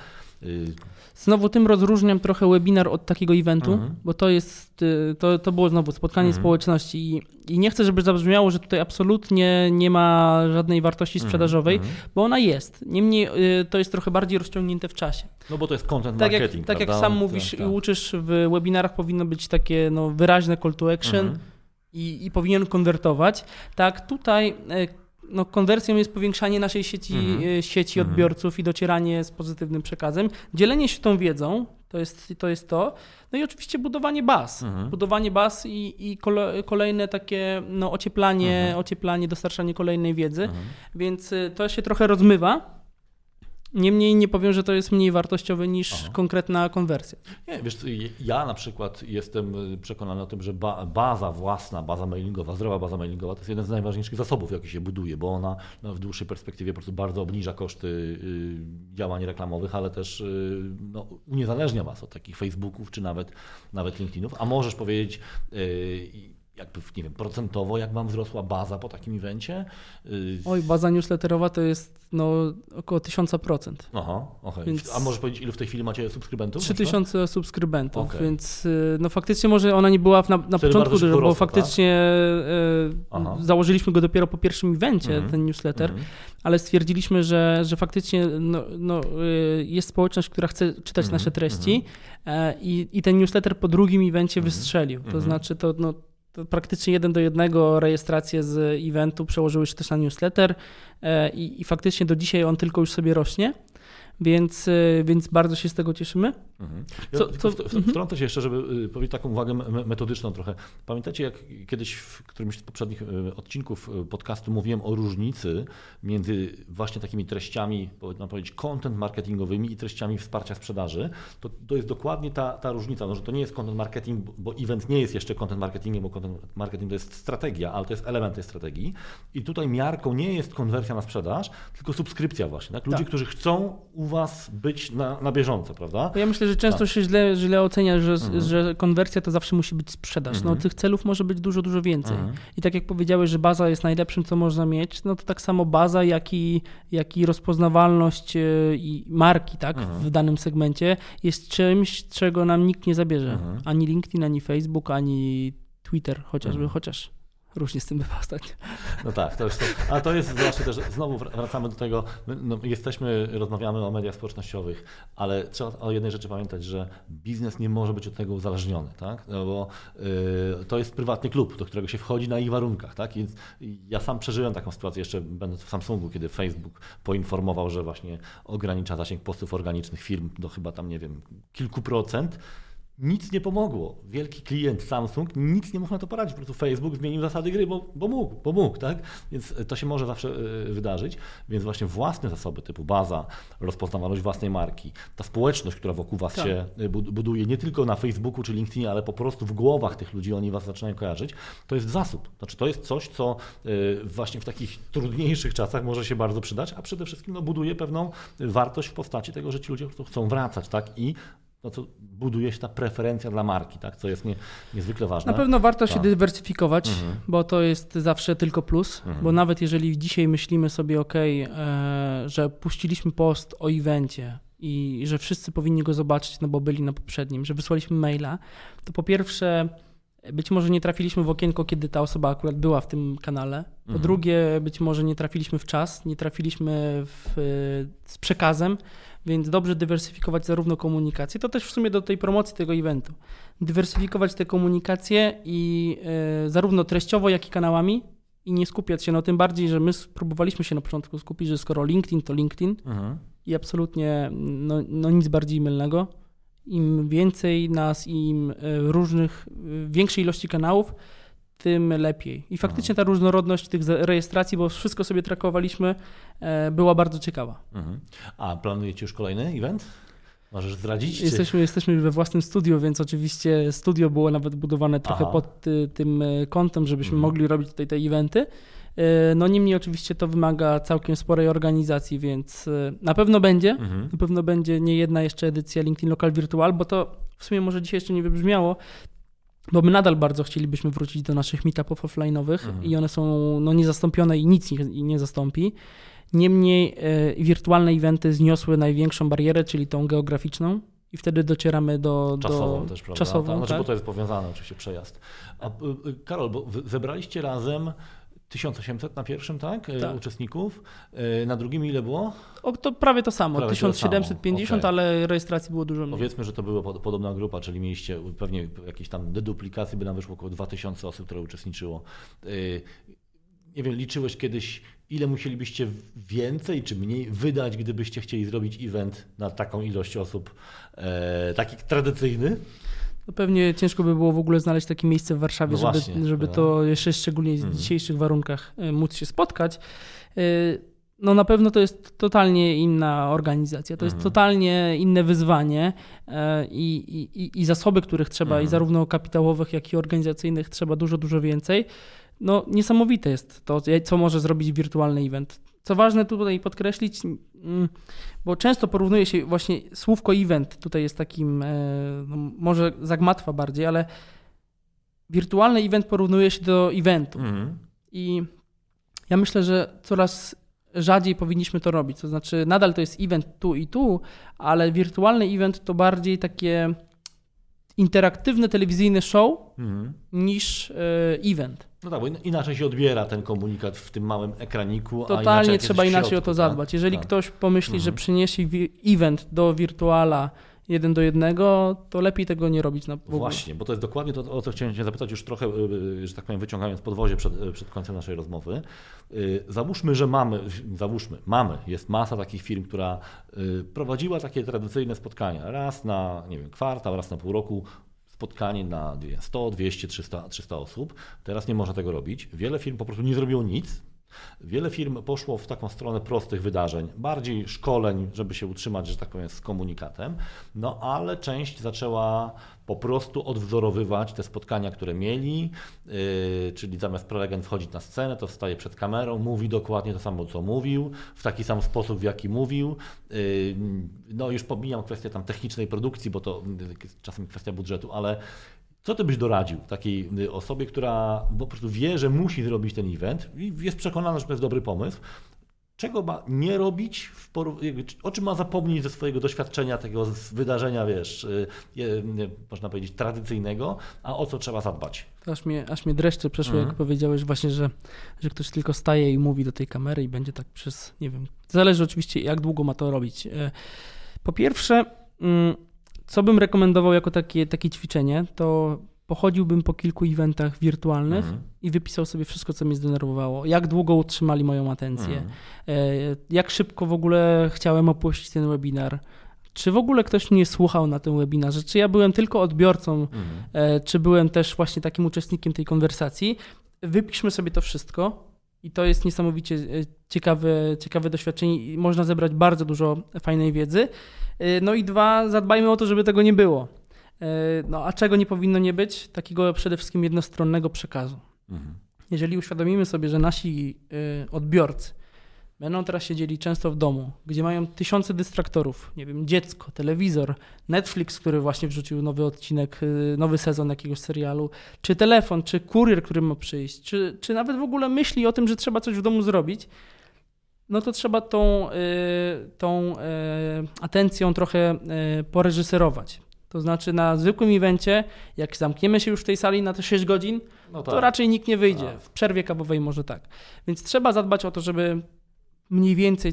Znowu tym rozróżniam trochę webinar od takiego eventu, mhm. bo to jest, to, to było znowu spotkanie mhm. społeczności i, i nie chcę, żeby zabrzmiało, że tutaj absolutnie nie ma żadnej wartości sprzedażowej, mhm. bo ona jest. Niemniej to jest trochę bardziej rozciągnięte w czasie. No bo to jest content tak marketing, jak, Tak jak sam mówisz tak, i tak. uczysz, w webinarach powinno być takie no, wyraźne call to action mhm. i, i powinien konwertować. Tak, tutaj no, konwersją jest powiększanie naszej sieci, mm-hmm. sieci odbiorców mm-hmm. i docieranie z pozytywnym przekazem. Dzielenie się tą wiedzą, to jest to. Jest to. No i oczywiście budowanie baz. Mm-hmm. Budowanie baz i, i kole, kolejne takie no, ocieplanie, mm-hmm. ocieplanie, dostarczanie kolejnej wiedzy. Mm-hmm. Więc to się trochę rozmywa. Niemniej nie powiem, że to jest mniej wartościowe niż Aha. konkretna konwersja. Nie, wiesz, ja na przykład jestem przekonany o tym, że ba- baza własna, baza mailingowa, zdrowa baza mailingowa to jest jeden z najważniejszych zasobów, jaki się buduje, bo ona no, w dłuższej perspektywie po prostu bardzo obniża koszty y, działań reklamowych, ale też y, no, uniezależnia was od takich Facebooków czy nawet, nawet LinkedInów. A możesz powiedzieć, y, jakby, nie wiem, procentowo, jak wam wzrosła baza po takim evencie? Oj, baza newsletterowa to jest no, około tysiąca procent. Aha, okej. Okay. Więc... A możesz powiedzieć, ilu w tej chwili macie subskrybentów? trzy tysiące subskrybentów, okay. Więc no faktycznie może ona nie była na, na początku, bo porosła, faktycznie tak? e, założyliśmy go dopiero po pierwszym evencie, mm-hmm. ten newsletter, mm-hmm. ale stwierdziliśmy, że, że faktycznie no, no, jest społeczność, która chce czytać mm-hmm. nasze treści mm-hmm. e, i, i ten newsletter po drugim evencie mm-hmm. wystrzelił. To mm-hmm. znaczy to no, to praktycznie jeden do jednego rejestracje z eventu przełożyły się też na newsletter i, i faktycznie do dzisiaj on tylko już sobie rośnie, więc, więc bardzo się z tego cieszymy. Mhm. Ja co, co, wtrącę się jeszcze, żeby powiedzieć taką uwagę metodyczną trochę. Pamiętacie, jak kiedyś w którymś z poprzednich odcinków podcastu mówiłem o różnicy między właśnie takimi treściami, można powiedzieć, content marketingowymi i treściami wsparcia sprzedaży? To, to jest dokładnie ta, ta różnica, no, że to nie jest content marketing, bo event nie jest jeszcze content marketingiem, bo content marketing to jest strategia, ale to jest element tej strategii. I tutaj miarką nie jest konwersja na sprzedaż, tylko subskrypcja właśnie. Tak? Ludzie, tak. którzy chcą u was być na, na bieżąco, prawda? Ja myślę, że często tak. się źle, źle ocenia, że, mhm. że konwersja to zawsze musi być sprzedaż. Mhm. No, tych celów może być dużo, dużo więcej. Mhm. I tak jak powiedziałeś, że baza jest najlepszym, co można mieć, no to tak samo baza, jak i, jak i rozpoznawalność i marki tak, mhm. w danym segmencie jest czymś, czego nam nikt nie zabierze. Mhm. Ani LinkedIn, ani Facebook, ani Twitter chociażby, mhm. chociaż różnie z tym bywa ostatnio. No tak, to jest to. A to jest właśnie też, znowu wracamy do tego, no jesteśmy, rozmawiamy o mediach społecznościowych, ale trzeba o jednej rzeczy pamiętać, że biznes nie może być od tego uzależniony, tak? No bo y, to jest prywatny klub, do którego się wchodzi na ich warunkach, tak? I ja sam przeżyłem taką sytuację jeszcze będąc w Samsungu, kiedy Facebook poinformował, że właśnie ogranicza zasięg postów organicznych firm do chyba tam, nie wiem, kilku procent. Nic nie pomogło. Wielki klient Samsung nic nie mógł na to poradzić. Po prostu Facebook zmienił zasady gry, bo, bo mógł, bo mógł, tak? Więc to się może zawsze wydarzyć. Więc właśnie własne zasoby typu baza, rozpoznawalność własnej marki, ta społeczność, która wokół was tak. się buduje, nie tylko na Facebooku czy LinkedInie, ale po prostu w głowach tych ludzi, oni was zaczynają kojarzyć, to jest zasób. Znaczy to jest coś, co właśnie w takich trudniejszych czasach może się bardzo przydać, a przede wszystkim no, buduje pewną wartość w postaci tego, że ci ludzie chcą wracać, tak? I no to buduje się ta preferencja dla marki, tak? Co jest nie, niezwykle ważne. Na pewno warto tak. się dywersyfikować, mhm. bo to jest zawsze tylko plus, mhm. bo nawet jeżeli dzisiaj myślimy sobie, ok, e, że puściliśmy post o evencie i że wszyscy powinni go zobaczyć, no bo byli na poprzednim, że wysłaliśmy maila, to po pierwsze być może nie trafiliśmy w okienko, kiedy ta osoba akurat była w tym kanale. Po mhm. drugie, być może nie trafiliśmy w czas, nie trafiliśmy w, z przekazem, więc dobrze dywersyfikować zarówno komunikację, to też w sumie do tej promocji tego eventu. Dywersyfikować te komunikacje i y, zarówno treściowo, jak i kanałami i nie skupiać się, no tym bardziej, że my spróbowaliśmy się na początku skupić, że skoro LinkedIn, to LinkedIn mhm. i absolutnie no, no nic bardziej mylnego. Im więcej nas, im różnych, większej ilości kanałów, tym lepiej. I faktycznie ta różnorodność tych rejestracji, bo wszystko sobie trackowaliśmy, była bardzo ciekawa. Mhm. A planujecie już kolejny event? Możesz zdradzić? Jesteśmy, jesteśmy we własnym studiu, więc oczywiście studio było nawet budowane trochę Aha. pod y, tym kątem, żebyśmy mhm. mogli robić tutaj te eventy. No niemniej oczywiście to wymaga całkiem sporej organizacji, więc na pewno będzie, mhm. na pewno będzie nie jedna jeszcze edycja LinkedIn Local Virtual, bo to w sumie może dzisiaj jeszcze nie wybrzmiało, bo my nadal bardzo chcielibyśmy wrócić do naszych meetupów offline'owych mhm. i one są no, niezastąpione i nic ich nie zastąpi. Niemniej e, wirtualne eventy zniosły największą barierę, czyli tą geograficzną i wtedy docieramy do... Czasową do, też, prawda? Czasową, znaczy, tak? Bo to jest powiązane oczywiście przejazd. A Karol, bo zebraliście razem tysiąc osiemset na pierwszym, tak? tak. Uczestników. Na drugim ile było? O, to prawie to samo, prawie tysiąc siedemset pięćdziesiąt, okay. ale rejestracji było dużo mniej. Powiedzmy, że to była podobna grupa, czyli mieliście pewnie jakieś tam deduplikacje, by nam wyszło około dwa tysiące osób, które uczestniczyło. Nie wiem, liczyłeś kiedyś, ile musielibyście więcej czy mniej wydać, gdybyście chcieli zrobić event na taką ilość osób, e, taki tradycyjny? No pewnie ciężko by było w ogóle znaleźć takie miejsce w Warszawie, no żeby, właśnie, żeby to jeszcze szczególnie w mhm. dzisiejszych warunkach móc się spotkać. No na pewno to jest totalnie inna organizacja, to mhm. jest totalnie inne wyzwanie i, i, i zasoby, których trzeba mhm. i zarówno kapitałowych, jak i organizacyjnych trzeba dużo, dużo więcej. No niesamowite jest to, co może zrobić wirtualny event. Co ważne tutaj podkreślić, bo często porównuje się właśnie słówko event, tutaj jest takim, no może zagmatwa bardziej, ale wirtualny event porównuje się do eventu. Mhm. I ja myślę, że coraz rzadziej powinniśmy to robić. To znaczy nadal to jest event tu i tu, ale wirtualny event to bardziej takie interaktywne telewizyjne show mhm. niż event. No tak, bo inaczej się odbiera ten komunikat w tym małym ekraniku. Totalnie a inaczej trzeba inaczej środku, o to zadbać. Jeżeli tak. ktoś pomyśli, mhm. że przyniesie event do wirtuala jeden do jednego, to lepiej tego nie robić na w ogóle. Właśnie, bo to jest dokładnie to, o co chciałem Cię zapytać już trochę, że tak powiem, wyciągając podwozie przed, przed końcem naszej rozmowy. Załóżmy, że mamy, załóżmy, mamy, jest masa takich firm, która prowadziła takie tradycyjne spotkania raz na, nie wiem, kwartał, raz na pół roku, spotkanie na sto, dwieście, trzysta, trzysta osób. Teraz nie można tego robić. Wiele firm po prostu nie zrobiło nic. Wiele firm poszło w taką stronę prostych wydarzeń, bardziej szkoleń, żeby się utrzymać, że tak powiem, z komunikatem, no ale część zaczęła po prostu odwzorowywać te spotkania, które mieli, yy, czyli zamiast prelegent wchodzić na scenę, to wstaje przed kamerą, mówi dokładnie to samo, co mówił, w taki sam sposób, w jaki mówił. Yy, no już pomijam kwestię tam technicznej produkcji, bo to czasem kwestia budżetu, ale co ty byś doradził takiej osobie, która po prostu wie, że musi zrobić ten event i jest przekonana, że to jest dobry pomysł? Czego ma nie robić, w o czym ma zapomnieć ze swojego doświadczenia tego wydarzenia, wiesz, można powiedzieć tradycyjnego, a o co trzeba zadbać? Aż mnie, aż mnie dreszcze przeszło, mhm. jak powiedziałeś właśnie, że, że ktoś tylko staje i mówi do tej kamery i będzie tak przez, nie wiem, zależy oczywiście jak długo ma to robić. Po pierwsze, co bym rekomendował jako takie, takie ćwiczenie, to pochodziłbym po kilku eventach wirtualnych mhm. i wypisał sobie wszystko, co mnie zdenerwowało. Jak długo utrzymali moją atencję, mhm. jak szybko w ogóle chciałem opuścić ten webinar, czy w ogóle ktoś mnie słuchał na tym webinarze, czy ja byłem tylko odbiorcą, mhm. czy byłem też właśnie takim uczestnikiem tej konwersacji. Wypiszmy sobie to wszystko i to jest niesamowicie ciekawe, ciekawe doświadczenie i można zebrać bardzo dużo fajnej wiedzy. No i dwa, zadbajmy o to, żeby tego nie było. No a czego nie powinno nie być? Takiego przede wszystkim jednostronnego przekazu. Mhm. Jeżeli uświadomimy sobie, że nasi odbiorcy będą teraz siedzieli często w domu, gdzie mają tysiące dystraktorów, nie wiem, dziecko, telewizor, Netflix, który właśnie wrzucił nowy odcinek, nowy sezon jakiegoś serialu, czy telefon, czy kurier, który ma przyjść, czy, czy nawet w ogóle myśli o tym, że trzeba coś w domu zrobić, no to trzeba tą, tą atencją trochę poreżyserować. To znaczy na zwykłym evencie, jak zamkniemy się już w tej sali na te sześć godzin, no tak. to raczej nikt nie wyjdzie. Tak. W przerwie kawowej może tak. Więc trzeba zadbać o to, żeby mniej więcej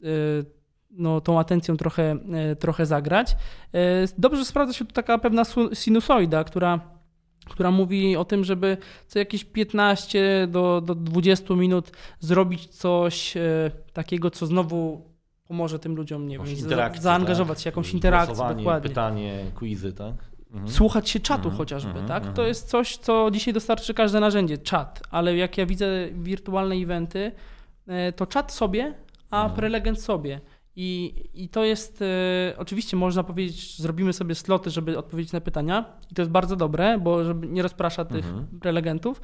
no, tą atencją trochę, trochę zagrać. Dobrze sprawdza się tu taka pewna sinusoida, która, która mówi o tym, żeby co jakieś piętnaście do dwudziestu minut zrobić coś takiego, co znowu pomoże tym ludziom, nie wiem, za, zaangażować tak? się, jakąś interakcję. Dokładnie. Pytanie, quizy, tak? Mhm. Słuchać się czatu mhm. chociażby, mhm. tak? To jest coś, co dzisiaj dostarczy każde narzędzie, czat, ale jak ja widzę wirtualne eventy, to czat sobie, a mhm. prelegent sobie. I, i to jest, e, oczywiście można powiedzieć, zrobimy sobie sloty, żeby odpowiedzieć na pytania i to jest bardzo dobre, bo żeby nie rozprasza tych mhm. prelegentów,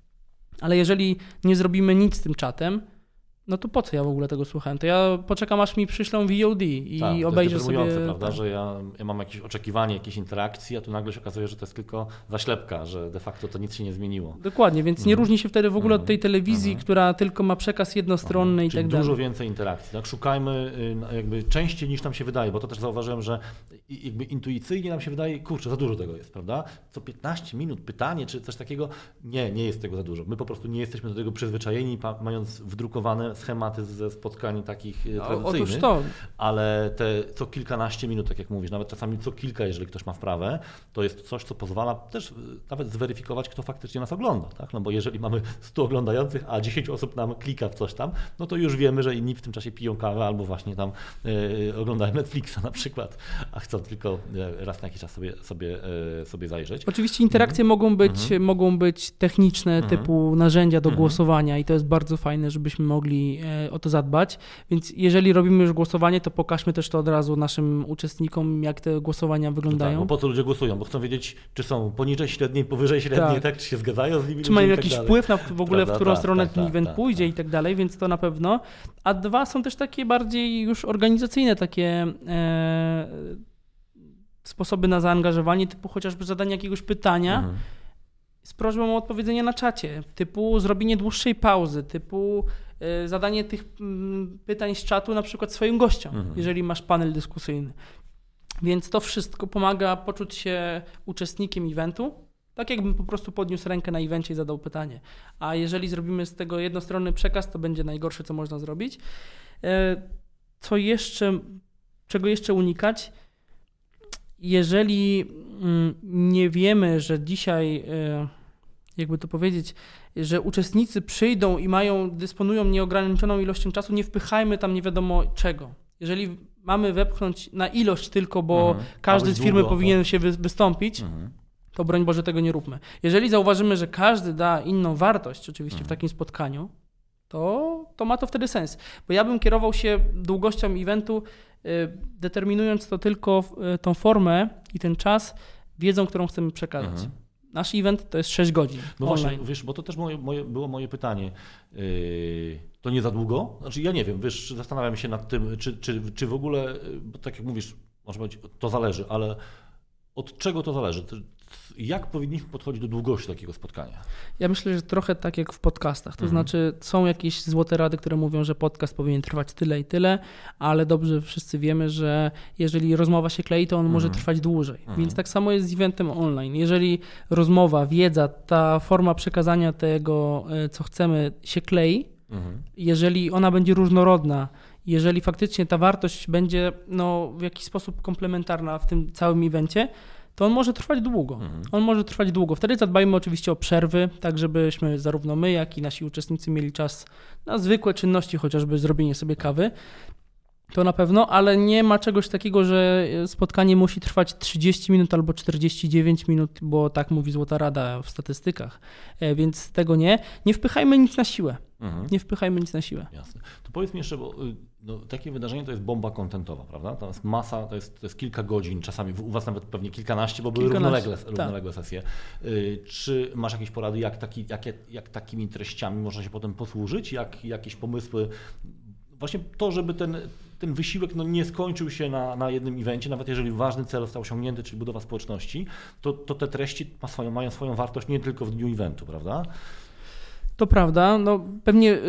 ale jeżeli nie zrobimy nic z tym czatem, no to po co ja w ogóle tego słuchałem? To ja poczekam, aż mi przyślą V O D i tak, obejrzę to jest sobie... prawda, tak. że ja, ja mam jakieś oczekiwanie, jakieś interakcji, a tu nagle się okazuje, że to jest tylko zaślepka, że de facto to nic się nie zmieniło. Dokładnie, więc mm. nie różni się wtedy w ogóle mm. od tej telewizji, mm. która tylko ma przekaz jednostronny mm. i Czyli tak dalej. dużo więcej interakcji. Tak? Szukajmy jakby częściej niż nam się wydaje, bo to też zauważyłem, że jakby intuicyjnie nam się wydaje, kurczę, za dużo tego jest, prawda? Co piętnaście minut pytanie czy coś takiego, nie, nie jest tego za dużo. My po prostu nie jesteśmy do tego przyzwyczajeni, mając wdrukowane schematy ze spotkań takich tradycyjnych, to. ale te co kilkanaście minut, tak jak mówisz, nawet czasami co kilka, jeżeli ktoś ma wprawę, to jest coś, co pozwala też nawet zweryfikować, kto faktycznie nas ogląda, tak? No bo jeżeli mamy stu oglądających, a dziesięć osób nam klika w coś tam, no to już wiemy, że inni w tym czasie piją kawę albo właśnie tam yy, oglądają Netflixa na przykład, a chcą tylko raz na jakiś czas sobie, sobie, yy, sobie zajrzeć. Oczywiście interakcje mhm. mogą być, mhm. mogą być techniczne, mhm. typu narzędzia do mhm. głosowania i to jest bardzo fajne, żebyśmy mogli yy, o to zadbać, więc jeżeli robimy już głosowanie, to pokażmy też to od razu naszym uczestnikom, jak te głosowania wyglądają. No tak, bo po co ludzie głosują? Bo chcą wiedzieć, czy są poniżej średniej, powyżej średniej, tak, tak czy się zgadzają z nimi. Czy mają tak jakiś dalej. wpływ na w ogóle, Prawda? w którą tak, stronę tak, ten tak, event tak, pójdzie tak. i tak dalej, więc to na pewno. A dwa są też takie bardziej już organizacyjne takie e, sposoby na zaangażowanie, typu chociażby zadanie jakiegoś pytania, mhm. z prośbą o odpowiedzenie na czacie, typu zrobienie dłuższej pauzy, typu y, zadanie tych y, pytań z czatu na przykład swoim gościom, mhm. jeżeli masz panel dyskusyjny. Więc to wszystko pomaga poczuć się uczestnikiem eventu, tak jakbym po prostu podniósł rękę na evencie i zadał pytanie. A jeżeli zrobimy z tego jednostronny przekaz, to będzie najgorsze, co można zrobić. Y, co jeszcze, czego jeszcze unikać? Jeżeli y, nie wiemy, że dzisiaj... Y, jakby to powiedzieć, że uczestnicy przyjdą i mają, dysponują nieograniczoną ilością czasu, nie wpychajmy tam nie wiadomo czego. Jeżeli mamy wepchnąć na ilość tylko, bo mhm. każdy z firmy długo, powinien to. się wy, wystąpić, mhm. to broń Boże tego nie róbmy. Jeżeli zauważymy, że każdy da inną wartość oczywiście mhm. w takim spotkaniu, to, to ma to wtedy sens. Bo ja bym kierował się długością eventu, y, determinując to tylko y, tą formę i ten czas, wiedzą, którą chcemy przekazać. Mhm. Nasz event to jest sześć godzin. No online. właśnie, wiesz, bo to też moje, moje, było moje pytanie. Yy, to nie za długo? Znaczy ja nie wiem, wiesz, zastanawiam się nad tym, czy, czy, czy w ogóle, bo tak jak mówisz, może być, to zależy, ale od czego to zależy? Jak powinniśmy podchodzić do długości takiego spotkania? Ja myślę, że trochę tak jak w podcastach. To mhm. znaczy są jakieś złote rady, które mówią, że podcast powinien trwać tyle i tyle, ale dobrze wszyscy wiemy, że jeżeli rozmowa się klei, to on mhm. może trwać dłużej. Mhm. Więc tak samo jest z eventem online. Jeżeli rozmowa, wiedza, ta forma przekazania tego, co chcemy, się klei, mhm. jeżeli ona będzie różnorodna, jeżeli faktycznie ta wartość będzie no, w jakiś sposób komplementarna w tym całym evencie, to on może trwać długo. Mhm. On może trwać długo. Wtedy zadbajmy oczywiście o przerwy, tak żebyśmy zarówno my, jak i nasi uczestnicy mieli czas na zwykłe czynności, chociażby zrobienie sobie kawy. To na pewno, ale nie ma czegoś takiego, że spotkanie musi trwać trzydzieści minut albo czterdzieści dziewięć minut, bo tak mówi Złota Rada w statystykach, więc tego nie. Nie wpychajmy nic na siłę. Mhm. Nie wpychajmy nic na siłę. Jasne. To powiedz mi jeszcze, bo no, takie wydarzenie to jest bomba kontentowa, prawda? To jest masa, to jest, to jest kilka godzin, czasami u was nawet pewnie kilkanaście, bo były równolegle, równolegle sesje. Y, czy masz jakieś porady, jak, taki, jak, jak takimi treściami można się potem posłużyć? Jak, jakieś pomysły? Właśnie to, żeby ten, ten wysiłek no, nie skończył się na, na jednym evencie, nawet jeżeli ważny cel został osiągnięty, czyli budowa społeczności, to, to te treści ma swoją, mają swoją wartość nie tylko w dniu eventu, prawda? To prawda. No, pewnie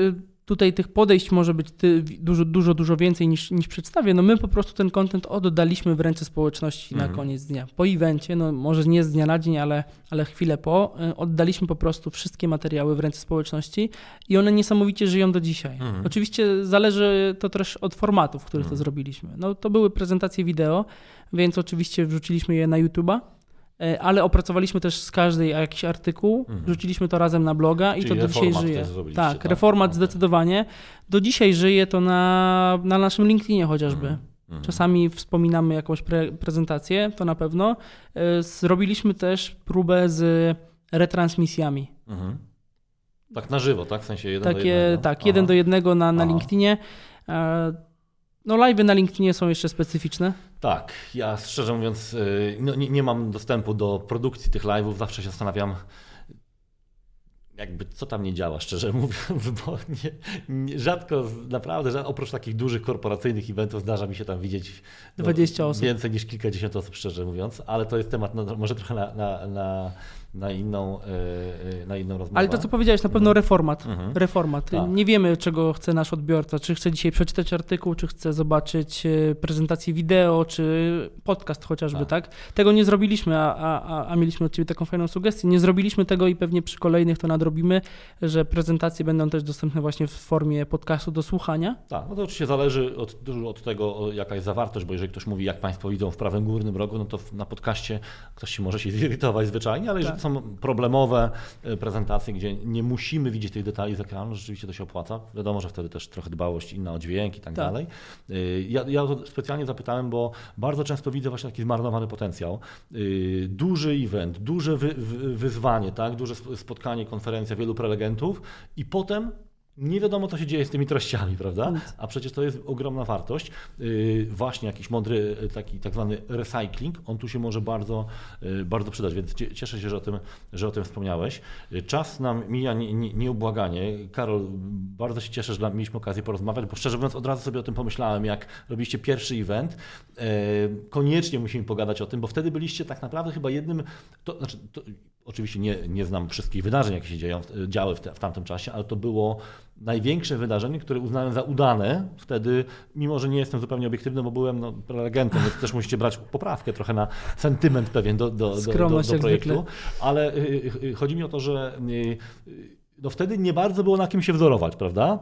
tutaj tych podejść może być dużo, dużo, dużo więcej niż, niż przedstawię. No my po prostu ten content oddaliśmy w ręce społeczności mhm. na koniec dnia. Po evencie, no może nie z dnia na dzień, ale, ale chwilę po, oddaliśmy po prostu wszystkie materiały w ręce społeczności i one niesamowicie żyją do dzisiaj. Mhm. Oczywiście zależy to też od formatu, w których mhm. to zrobiliśmy. No to były prezentacje wideo, więc oczywiście wrzuciliśmy je na YouTube'a. Ale opracowaliśmy też z każdej jakiś artykuł, mhm. rzuciliśmy to razem na bloga i Czyli to do dzisiaj żyje. Tak, tak, reformat okay. zdecydowanie. Do dzisiaj żyje to na, na naszym LinkedInie chociażby. Mhm. Czasami wspominamy jakąś pre, prezentację, to na pewno. Zrobiliśmy też próbę z retransmisjami. Mhm. Tak na żywo, tak? W sensie jeden Takie, do jednego? Tak, Aha. jeden do jednego na, na LinkedInie. No live'y na LinkedInie są jeszcze specyficzne. Tak, ja szczerze mówiąc no, nie, nie mam dostępu do produkcji tych live'ów, zawsze się zastanawiam, jakby co tam nie działa, szczerze mówiąc, bo nie, nie, rzadko, naprawdę, rzadko, oprócz takich dużych korporacyjnych eventów zdarza mi się tam widzieć no, dwadzieścia osób. Więcej niż kilkadziesiąt osób, szczerze mówiąc, ale to jest temat no, może trochę na, na, na, na, inną, yy, na inną rozmowę. Ale to, co powiedziałeś, na pewno reformat. Mhm. reformat. Tak. Nie wiemy, czego chce nasz odbiorca, czy chce dzisiaj przeczytać artykuł, czy chce zobaczyć prezentację wideo, czy podcast chociażby, tak? tak? Tego nie zrobiliśmy, a, a, a mieliśmy od Ciebie taką fajną sugestię. Nie zrobiliśmy tego i pewnie przy kolejnych to nadrobimy, że prezentacje będą też dostępne właśnie w formie podcastu do słuchania. Tak, no to oczywiście zależy od, dużo od tego, jaka jest zawartość, bo jeżeli ktoś mówi, jak Państwo widzą w prawym górnym rogu, no to na podcaście ktoś się może się zirytować zwyczajnie, ale jeżeli tak. są problemowe prezentacje, gdzie nie musimy widzieć tych detali z ekranu, rzeczywiście to się opłaca. Wiadomo, że wtedy też trochę dbałość inna o dźwięk i tak, tak. dalej. Ja, ja to specjalnie zapytałem, bo bardzo często widzę właśnie taki zmarnowany potencjał. Duży event, duże wy, wy, wyzwanie, tak? Duże spotkanie, konferencja wielu prelegentów i potem nie wiadomo, co się dzieje z tymi treściami, prawda? A przecież to jest ogromna wartość. Właśnie jakiś mądry taki tak zwany recycling, on tu się może bardzo, bardzo przydać, więc cieszę się, że o tym, że o tym wspomniałeś. Czas nam mija nie, nie, nieubłaganie. Karol, bardzo się cieszę, że mieliśmy okazję porozmawiać, bo szczerze mówiąc od razu sobie o tym pomyślałem, jak robiliście pierwszy event. Koniecznie musimy pogadać o tym, bo wtedy byliście tak naprawdę chyba jednym, to, znaczy, to, oczywiście nie, nie znam wszystkich wydarzeń, jakie się dzieją, działy w, te, w tamtym czasie, ale to było największe wydarzenie, które uznałem za udane wtedy, mimo że nie jestem zupełnie obiektywny, bo byłem no, prelegentem, więc też musicie brać poprawkę trochę na sentyment pewien do, do, do, do, do projektu, ale y, chodzi mi o to, że y, no wtedy nie bardzo było na kim się wzorować, prawda?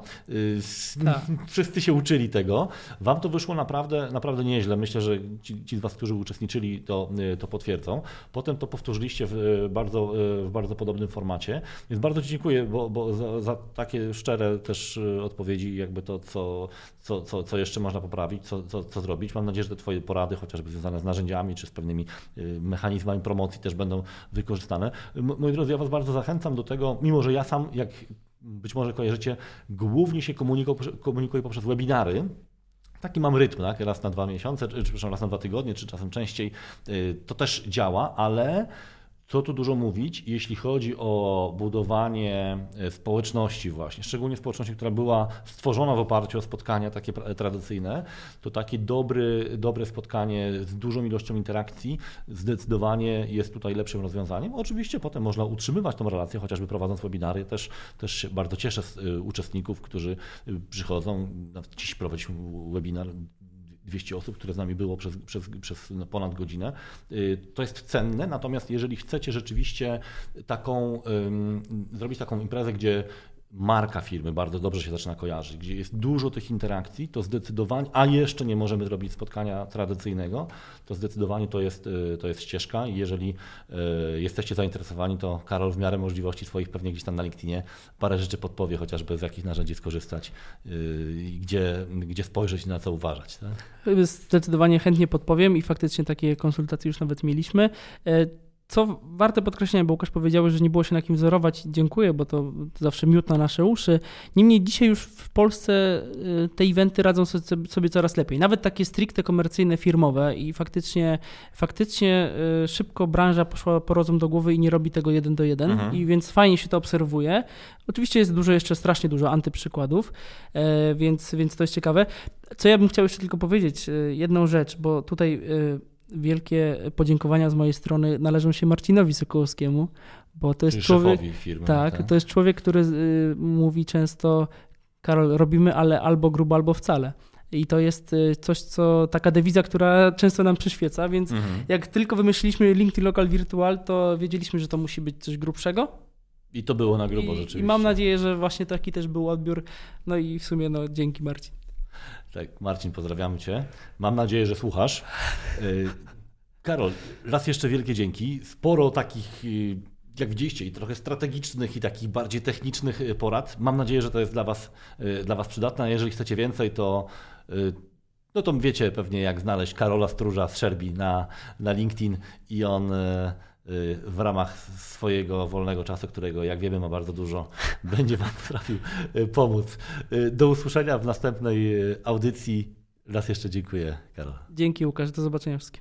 Tak. Wszyscy się uczyli tego. Wam to wyszło naprawdę, naprawdę nieźle. Myślę, że ci, ci z Was, którzy uczestniczyli, to, to potwierdzą. Potem to powtórzyliście w bardzo, w bardzo podobnym formacie. Więc bardzo Ci dziękuję, bo, bo za, za takie szczere też odpowiedzi, jakby to, co, co, co, co jeszcze można poprawić, co, co, co zrobić. Mam nadzieję, że te Twoje porady, chociażby związane z narzędziami, czy z pewnymi mechanizmami promocji też będą wykorzystane. Moi drodzy, ja Was bardzo zachęcam do tego, mimo że ja sam, jak być może kojarzycie, głównie się komunikuję, komunikuję poprzez webinary. Taki mam rytm, tak? Raz na dwa miesiące, czy przepraszam, raz na dwa tygodnie, czy czasem częściej. To też działa, ale co tu dużo mówić, jeśli chodzi o budowanie społeczności właśnie, szczególnie społeczności, która była stworzona w oparciu o spotkania takie tradycyjne, to takie dobry, dobre spotkanie z dużą ilością interakcji zdecydowanie jest tutaj lepszym rozwiązaniem. Oczywiście potem można utrzymywać tą relację, chociażby prowadząc webinary. Też, też się bardzo cieszę z uczestników, którzy przychodzą. Dziś prowadziliśmy webinar, dwieście osób, które z nami było przez, przez, przez ponad godzinę. To jest cenne, natomiast jeżeli chcecie rzeczywiście taką, um, zrobić taką imprezę, gdzie marka firmy bardzo dobrze się zaczyna kojarzyć, gdzie jest dużo tych interakcji, to zdecydowanie, a jeszcze nie możemy zrobić spotkania tradycyjnego, to zdecydowanie to jest, to jest ścieżka i jeżeli y, jesteście zainteresowani, to Karol w miarę możliwości swoich pewnie gdzieś tam na LinkedInie parę rzeczy podpowie, chociażby z jakich narzędzi skorzystać, y, gdzie, gdzie spojrzeć i na co uważać. Tak? Zdecydowanie chętnie podpowiem i faktycznie takie konsultacje już nawet mieliśmy. Co warte podkreślenia, bo Łukasz powiedziałeś, że nie było się na kim wzorować. Dziękuję, bo to zawsze miód na nasze uszy. Niemniej dzisiaj już w Polsce te eventy radzą sobie coraz lepiej. Nawet takie stricte komercyjne, firmowe i faktycznie, faktycznie szybko branża poszła po rozum do głowy i nie robi tego jeden do jeden, mhm. i więc fajnie się to obserwuje. Oczywiście jest dużo, jeszcze strasznie dużo antyprzykładów, więc, więc to jest ciekawe. Co ja bym chciał jeszcze tylko powiedzieć, jedną rzecz, bo tutaj wielkie podziękowania z mojej strony należą się Marcinowi Sokołowskiemu, bo to jest człowiek, firmy, tak, tak, to jest człowiek, który y, mówi często: Karol, robimy ale albo grubo, albo wcale. I to jest coś, co taka dewiza, która często nam przyświeca, więc mhm. jak tylko wymyśliliśmy LinkedIn Local Virtual, to wiedzieliśmy, że to musi być coś grubszego. I to było na grubo I, rzeczywiście. I mam nadzieję, że właśnie taki też był odbiór. No i w sumie no dzięki Marcin. Tak, Marcin, pozdrawiamy Cię. Mam nadzieję, że słuchasz. Karol, raz jeszcze wielkie dzięki. Sporo takich, jak widzieliście, i trochę strategicznych, i takich bardziej technicznych porad. Mam nadzieję, że to jest dla Was, dla was przydatne. A jeżeli chcecie więcej, to no to wiecie pewnie, jak znaleźć Karola Stróża z Szerbi na, na LinkedIn i on w ramach swojego wolnego czasu, którego jak wiemy ma bardzo dużo, będzie Wam potrafił pomóc. Do usłyszenia w następnej audycji. Raz jeszcze dziękuję, Karol. Dzięki, Łukasz. Do zobaczenia wszystkim.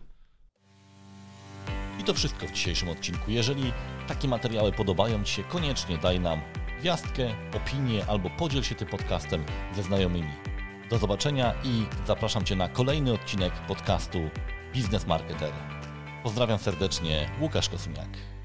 I to wszystko w dzisiejszym odcinku. Jeżeli takie materiały podobają Ci się, koniecznie daj nam gwiazdkę, opinię albo podziel się tym podcastem ze znajomymi. Do zobaczenia i zapraszam Cię na kolejny odcinek podcastu Biznes Marketer. Pozdrawiam serdecznie, Łukasz Kosuniak.